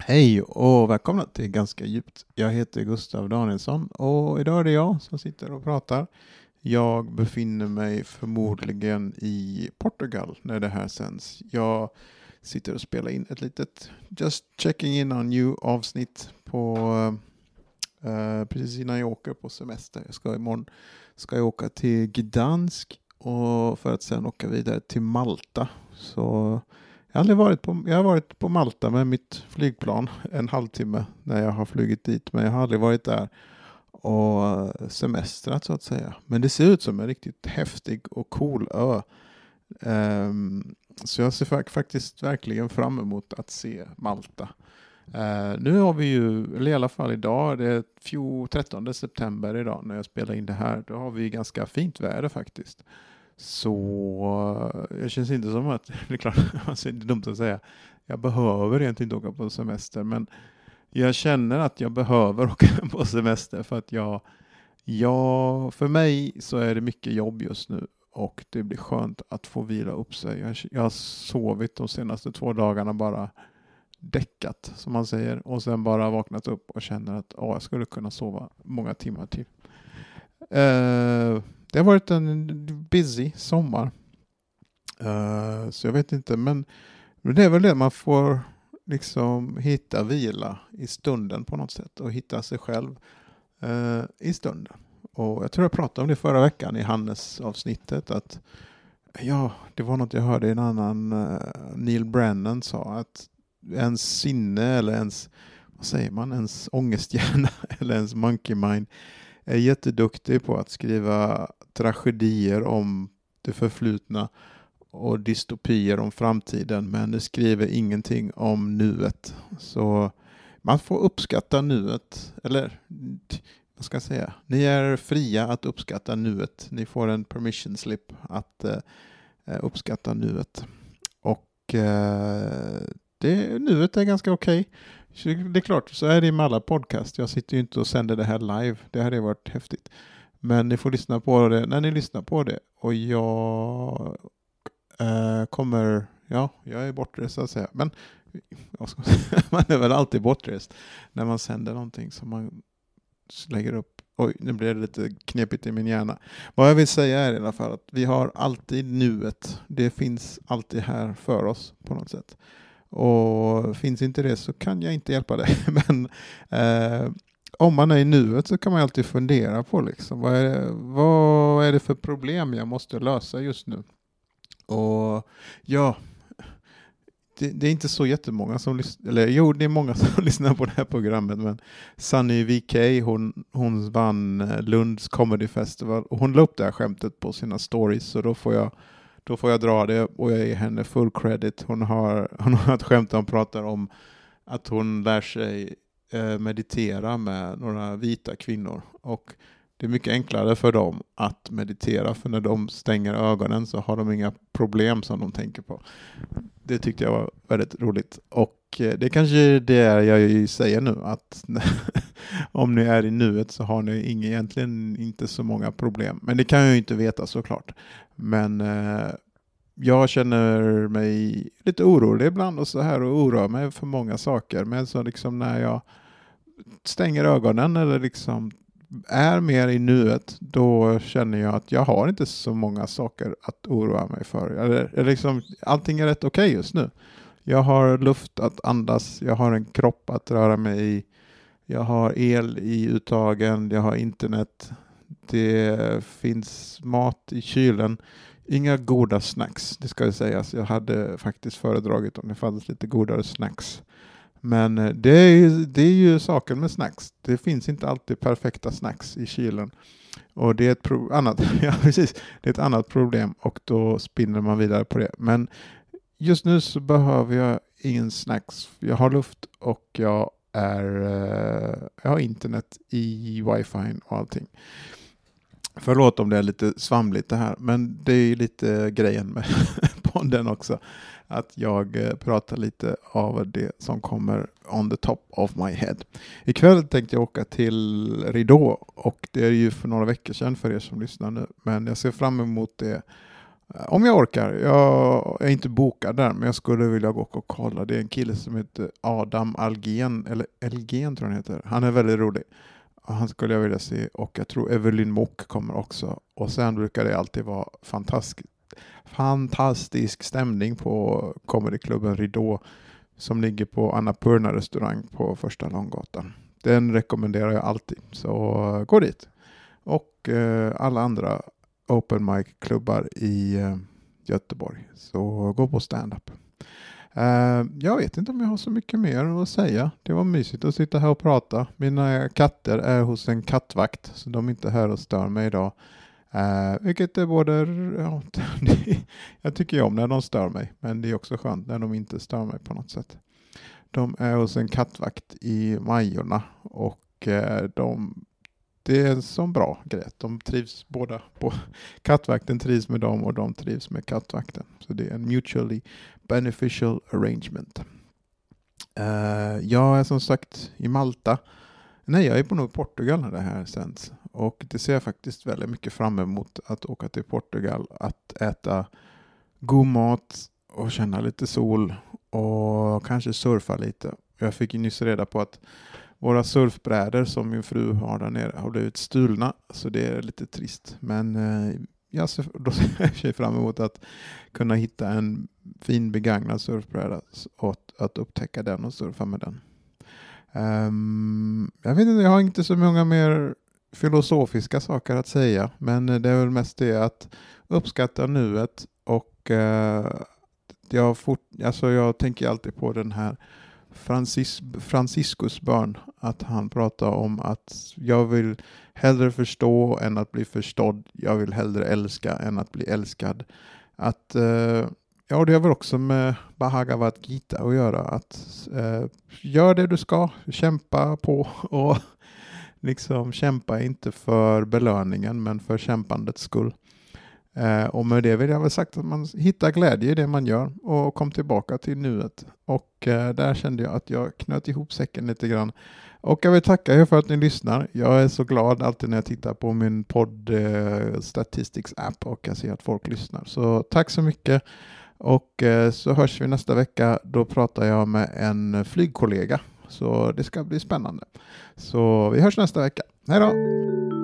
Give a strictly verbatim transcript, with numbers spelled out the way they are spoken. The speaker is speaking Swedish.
Hej och välkomna till Ganska djupt. Jag heter Gustav Danielsson och idag är det jag som sitter och pratar. Jag befinner mig förmodligen i Portugal när det här sänds. Jag sitter och spelar in ett litet Just Checking In on You avsnitt på uh, precis innan jag åker på semester. Jag ska imorgon ska jag åka till Gdansk och för att sen åka vidare till Malta. Så Jag har, aldrig varit på, jag har varit på Malta med mitt flygplan en halvtimme när jag har flugit dit. Men jag har aldrig varit där och semestrat så att säga. Men det ser ut som en riktigt häftig och cool ö. Um, så jag ser faktiskt verkligen fram emot att se Malta. Uh, nu har vi ju, eller i alla fall idag, det är trettonde september idag när jag spelar in det här. Då har vi ganska fint väder faktiskt. Så jag känns inte som att, det är klart, alltså det är dumt att säga, jag behöver egentligen inte åka på semester, men jag känner att jag behöver åka på semester för att jag, jag, för mig så är det mycket jobb just nu och det blir skönt att få vila upp sig. Jag, jag har sovit de senaste två dagarna bara däckat som man säger och sen bara vaknat upp och känner att åh, jag skulle kunna sova många timmar till. Uh, Det har varit en busy sommar. Uh, så jag vet inte. Men, men det är väl det. Man får liksom hitta vila i stunden på något sätt. Och hitta sig själv uh, i stunden. Och jag tror jag pratade om det förra veckan i Hannes avsnittet. Att ja, det var något jag hörde en annan uh, Neil Brennan sa. Att ens sinne eller ens, vad säger man, ens ångesthjärna eller ens monkey mind är jätteduktig på att skriva tragedier om det förflutna och dystopier om framtiden, men det skriver ingenting om nuet. Så man får uppskatta nuet, eller vad ska jag säga? Ni är fria att uppskatta nuet. Ni får en permission slip att uh, uppskatta nuet. Och uh, det, nuet är ganska okej. Okay. Det är klart, så är det med alla podcast. Jag sitter ju inte och sänder det här live. Det hade varit häftigt. Men ni får lyssna på det när ni lyssnar på det. Och jag äh, kommer... Ja, jag är bortrest så att säga. Men jag ska, man är väl alltid bortrest när man sänder någonting som man lägger upp. Oj, nu blir det lite knepigt i min hjärna. Vad jag vill säga är i alla fall att vi har alltid nuet. Det finns alltid här för oss på något sätt. Och finns inte det så kan jag inte hjälpa dig. Men eh, om man är i nuet så kan man alltid fundera på liksom, vad, är det, vad är det för problem jag måste lösa just nu. Och ja, det, det är inte så jättemånga som lyssnar, eller jo det är många som lyssnar på det här programmet, men Sunny V K, hon, hon vann Lunds Comedy Festival och hon la upp det här skämtet på sina stories, så då får jag Då får jag dra det och jag ger henne full credit. Hon har, hon har ett skämt där hon pratar om att hon lär sig eh, meditera med några vita kvinnor. Och det är mycket enklare för dem att meditera. För när de stänger ögonen så har de inga problem som de tänker på. Det tyckte jag var väldigt roligt. Och eh, det är kanske det jag säger nu. Att om ni är i nuet så har ni inga, egentligen inte så många problem. Men det kan jag ju inte veta såklart. Men eh, jag känner mig lite orolig ibland och så här och oroar mig för många saker. Men så liksom när jag stänger ögonen eller liksom är mer i nuet, då känner jag att jag har inte så många saker att oroa mig för. Eller, eller liksom, allting är rätt okej okay just nu. Jag har luft att andas, jag har en kropp att röra mig i, jag har el i uttagen, jag har internet, det finns mat i kylen. Inga goda snacks, det ska jag säga. Jag hade faktiskt föredragit om det fanns lite godare snacks. Men det är, ju, det är ju saken med snacks. Det finns inte alltid perfekta snacks i kylen. Och det är ett, pro- annat, ja, precis, det är ett annat problem och då spinner man vidare på det. Men just nu så behöver jag ingen snacks. Jag har luft och jag, är, jag har internet i wifi och allting. Förlåt om det är lite svamligt det här, men det är lite grejen med podden också. Att jag pratar lite av det som kommer on the top of my head. Ikväll tänkte jag åka till Ridå och det är ju för några veckor sedan för er som lyssnar nu. Men jag ser fram emot det Om jag orkar. Jag är inte bokad där, men jag skulle vilja gå och kolla. Det är en kille som heter Adam Algen, eller Elgen tror jag han heter. Han är väldigt rolig. Han skulle jag vilja se, och jag tror Evelyn Mock kommer också. Och sen brukar det alltid vara fantastisk, fantastisk stämning på comedyklubben Ridå som ligger på Annapurna restaurang på Första Långgatan. Den rekommenderar jag alltid, så gå dit. Och eh, alla andra open mic-klubbar i eh, Göteborg, så gå på stand-up. Uh, jag vet inte om jag har så mycket mer att säga. Det var mysigt att sitta här och prata. Mina katter är hos en kattvakt, så de är inte här och stör mig idag. Uh, vilket är både... Ja, jag tycker ju om när de stör mig, men det är också skönt när de inte stör mig på något sätt. De är hos en kattvakt i Majorna, och uh, de... Det är en sån bra grej. De trivs båda. På, kattvakten trivs med dem och de trivs med kattvakten. Så det är en mutually beneficial arrangement. Uh, jag är som sagt i Malta. Nej, jag är på nog Portugal när det här sänds. Och det ser jag faktiskt väldigt mycket fram emot, att åka till Portugal. Att äta god mat och känna lite sol och kanske surfa lite. Jag fick ju nyss reda på att våra surfbrädor som min fru har där nere har blivit stulna, så det är lite trist. Men eh, jag ser, då ser jag fram emot att kunna hitta en fin begagnad surfbräda och att upptäcka den och surfa med den. Um, jag vet inte, jag har inte så många mer filosofiska saker att säga, men det är väl mest det att uppskatta nuet, och uh, jag, fort, alltså jag tänker alltid på den här Francis, Franciscus bön, att han pratar om att jag vill hellre förstå än att bli förstådd. Jag vill hellre älska än att bli älskad. Att, eh, ja, det har väl också med Bhagavad Gita att göra. Att eh, gör det du ska, kämpa på, och liksom kämpa inte för belöningen men för kämpandets skull. Eh, och med det vill jag väl sagt att man hittar glädje i det man gör och kom tillbaka till nuet. Och eh, där kände jag att jag knöt ihop säcken lite grann. Och jag vill tacka er för att ni lyssnar. Jag är så glad alltid när jag tittar på min podd eh, Statistics app och jag ser att folk lyssnar. Så tack så mycket. Och eh, så hörs vi nästa vecka. Då pratar jag med en flygkollega. Så det ska bli spännande. Så vi hörs nästa vecka. Hej då!